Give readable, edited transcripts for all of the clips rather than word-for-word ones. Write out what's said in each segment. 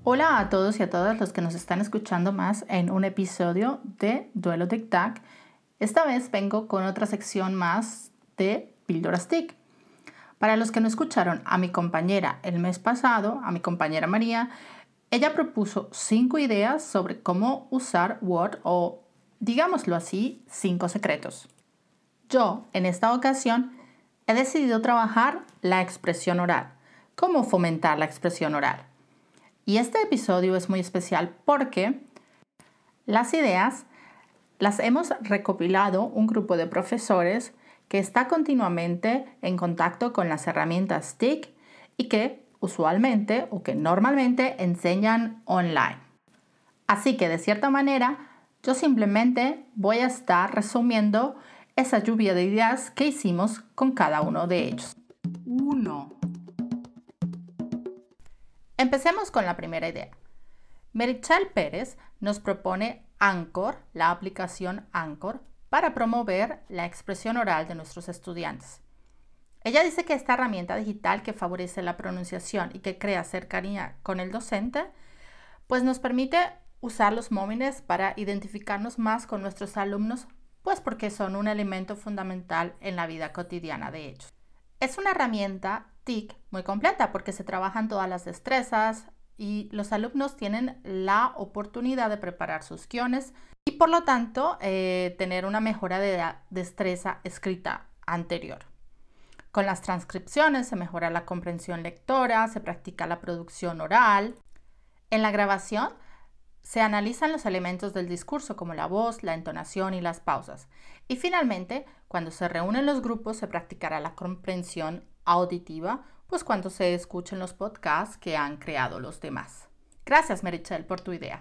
Hola a todos y a todas los que nos están escuchando más en un episodio de Duelo Tic Tac. Esta vez vengo con otra sección más de Píldoras TIC. Para los que no escucharon a mi compañera el mes pasado, a mi compañera María, ella propuso 5 ideas sobre cómo usar Word o, digámoslo así, 5 secretos. Yo, en esta ocasión, he decidido trabajar la expresión oral. ¿Cómo fomentar la expresión oral? Y este episodio es muy especial porque las ideas las hemos recopilado un grupo de profesores que está continuamente en contacto con las herramientas TIC y que usualmente o que normalmente enseñan online. Así que de cierta manera yo simplemente voy a estar resumiendo esa lluvia de ideas que hicimos con cada uno de ellos. 1. Empecemos con la primera idea. Meritxell Pérez nos propone Anchor, la aplicación Anchor, para promover la expresión oral de nuestros estudiantes. Ella dice que esta herramienta digital que favorece la pronunciación y que crea cercanía con el docente, pues nos permite usar los móviles para identificarnos más con nuestros alumnos, pues porque son un elemento fundamental en la vida cotidiana de ellos. Es una herramienta TIC muy completa porque se trabajan todas las destrezas y los alumnos tienen la oportunidad de preparar sus guiones y por lo tanto tener una mejora de la destreza escrita anterior. Con las transcripciones se mejora la comprensión lectora, se practica la producción oral. En la grabación se analizan los elementos del discurso como la voz, la entonación y las pausas. Y finalmente, cuando se reúnen los grupos, se practicará la comprensión auditiva, pues cuando se escuchen los podcasts que han creado los demás. Gracias, Meritxell, por tu idea.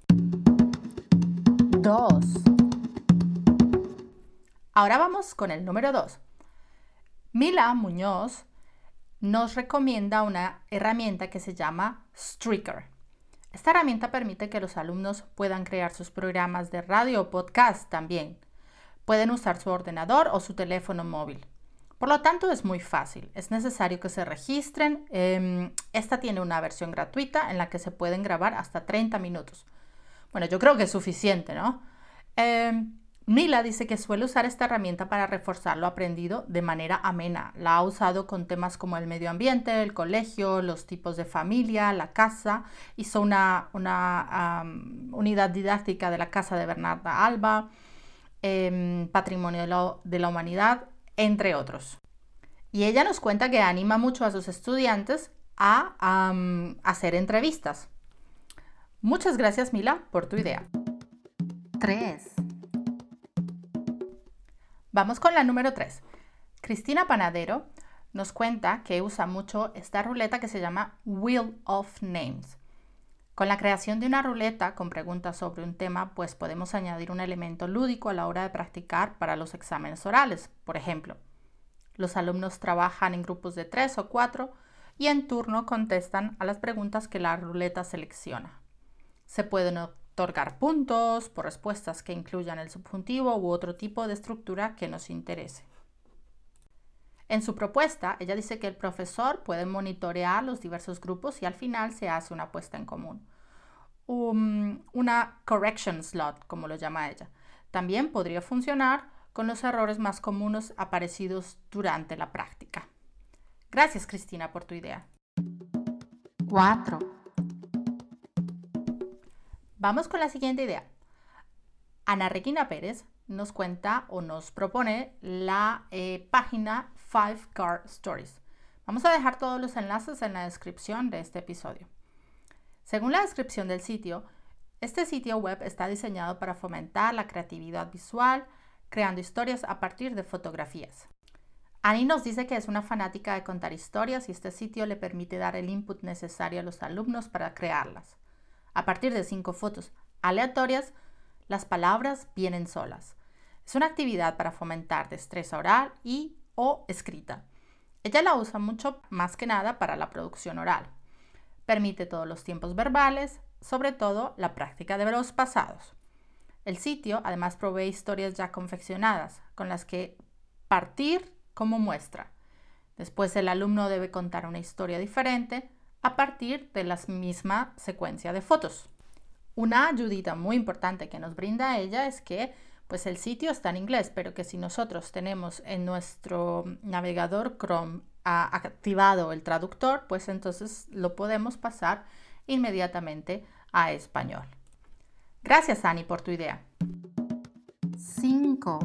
2. Ahora vamos con el número 2. Mila Muñoz nos recomienda una herramienta que se llama Streaker. Esta herramienta permite que los alumnos puedan crear sus programas de radio o podcast también. Pueden usar su ordenador o su teléfono móvil. Por lo tanto, es muy fácil. Es necesario que se registren. Esta tiene una versión gratuita en la que se pueden grabar hasta 30 minutos. Bueno, yo creo que es suficiente, ¿no? Mila dice que suele usar esta herramienta para reforzar lo aprendido de manera amena. La ha usado con temas como el medio ambiente, el colegio, los tipos de familia, la casa. Hizo una unidad didáctica de la casa de Bernarda Alba, Patrimonio de la Humanidad, entre otros. Y ella nos cuenta que anima mucho a sus estudiantes a hacer entrevistas. Muchas gracias, Mila, por tu idea. 3. Vamos con la número 3. Cristina Panadero nos cuenta que usa mucho esta ruleta que se llama Wheel of Names. Con la creación de una ruleta con preguntas sobre un tema, pues podemos añadir un elemento lúdico a la hora de practicar para los exámenes orales. Por ejemplo, los alumnos trabajan en grupos de 3 o 4 y en turno contestan a las preguntas que la ruleta selecciona. Se pueden otorgar puntos por respuestas que incluyan el subjuntivo u otro tipo de estructura que nos interese. En su propuesta, ella dice que el profesor puede monitorear los diversos grupos y al final se hace una puesta en común. Una correction slot, como lo llama ella. También podría funcionar con los errores más comunes aparecidos durante la práctica. Gracias, Cristina, por tu idea. 4. Vamos con la siguiente idea. Ana Regina Pérez nos cuenta o nos propone la página 5 Car Stories. Vamos a dejar todos los enlaces en la descripción de este episodio. Según la descripción del sitio, este sitio web está diseñado para fomentar la creatividad visual, creando historias a partir de fotografías. Annie nos dice que es una fanática de contar historias y este sitio le permite dar el input necesario a los alumnos para crearlas. A partir de 5 fotos aleatorias, las palabras vienen solas. Es una actividad para fomentar destreza oral y o escrita. Ella la usa mucho más que nada para la producción oral. Permite todos los tiempos verbales, sobre todo la práctica de verbos pasados. El sitio además provee historias ya confeccionadas con las que partir como muestra. Después el alumno debe contar una historia diferente a partir de la misma secuencia de fotos. Una ayudita muy importante que nos brinda ella es que pues el sitio está en inglés, pero que si nosotros tenemos en nuestro navegador Chrome activado el traductor, pues entonces lo podemos pasar inmediatamente a español. Gracias, Ani, por tu idea. 5.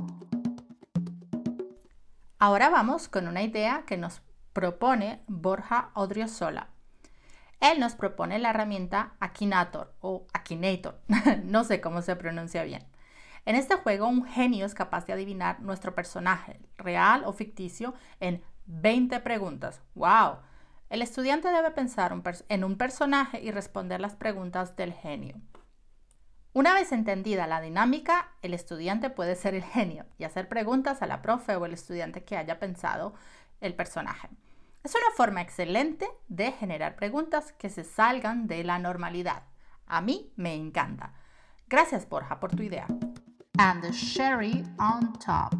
Ahora vamos con una idea que nos propone Borja Odriozola. Él nos propone la herramienta Akinator o Akinator, no sé cómo se pronuncia bien. En este juego, un genio es capaz de adivinar nuestro personaje, real o ficticio, en 20 preguntas. ¡Wow! El estudiante debe pensar en un personaje y responder las preguntas del genio. Una vez entendida la dinámica, el estudiante puede ser el genio y hacer preguntas a la profe o el estudiante que haya pensado el personaje. Es una forma excelente de generar preguntas que se salgan de la normalidad. A mí me encanta. Gracias, Borja, por tu idea. And the cherry on top.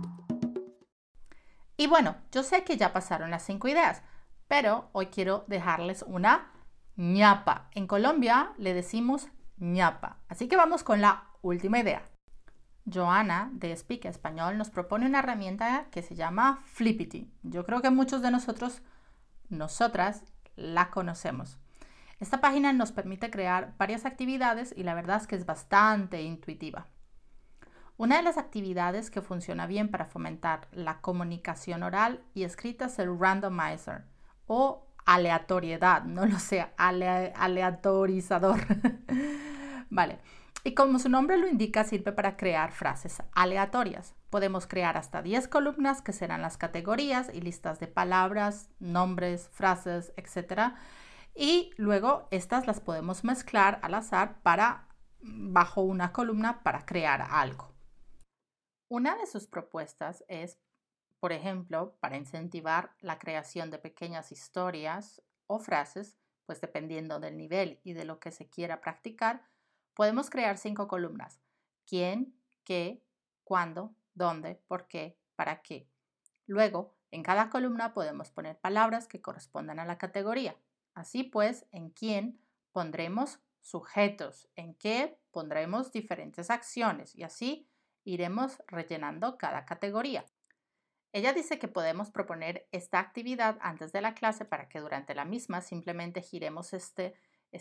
Y bueno, yo sé que ya pasaron las 5 ideas, pero hoy quiero dejarles una ñapa. En Colombia le decimos ñapa. Así que vamos con la última idea. Joana, de Speak Español, nos propone una herramienta que se llama Flippity. Yo creo que muchos de nosotras la conocemos. Esta página nos permite crear varias actividades y la verdad es que es bastante intuitiva. Una de las actividades que funciona bien para fomentar la comunicación oral y escrita es el randomizer o aleatoriedad, no lo sé, aleatorizador. Vale. Y como su nombre lo indica, sirve para crear frases aleatorias. Podemos crear hasta 10 columnas que serán las categorías y listas de palabras, nombres, frases, etc. Y luego estas las podemos mezclar al azar bajo una columna para crear algo. Una de sus propuestas es, por ejemplo, para incentivar la creación de pequeñas historias o frases, pues dependiendo del nivel y de lo que se quiera practicar, podemos crear 5 columnas. ¿Quién? ¿Qué? ¿Cuándo? ¿Dónde? ¿Por qué? ¿Para qué? Luego, en cada columna podemos poner palabras que correspondan a la categoría. Así pues, en quién pondremos sujetos, en qué pondremos diferentes acciones y así iremos rellenando cada categoría. Ella dice que podemos proponer esta actividad antes de la clase para que durante la misma simplemente giremos este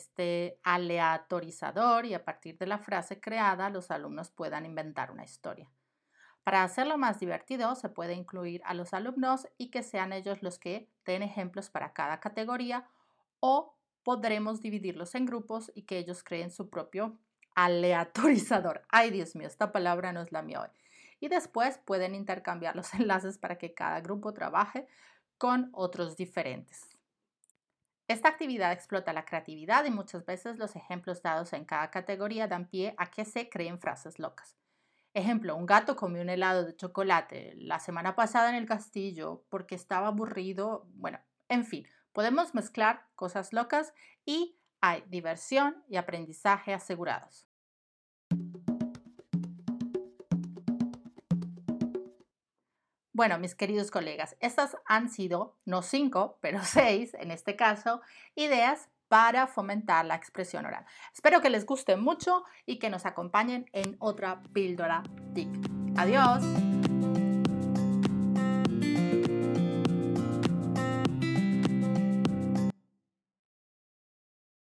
aleatorizador y a partir de la frase creada los alumnos puedan inventar una historia. Para hacerlo más divertido se puede incluir a los alumnos y que sean ellos los que den ejemplos para cada categoría o podremos dividirlos en grupos y que ellos creen su propio aleatorizador. Ay, Dios mío, esta palabra no es la mía hoy. Y después pueden intercambiar los enlaces para que cada grupo trabaje con otros diferentes. Esta actividad explota la creatividad y muchas veces los ejemplos dados en cada categoría dan pie a que se creen frases locas. Ejemplo, un gato comió un helado de chocolate la semana pasada en el castillo porque estaba aburrido. Bueno, en fin, podemos mezclar cosas locas y hay diversión y aprendizaje asegurados. Bueno, mis queridos colegas, estas han sido, no 5, pero 6 en este caso, ideas para fomentar la expresión oral. Espero que les guste mucho y que nos acompañen en otra píldora TIC. Adiós.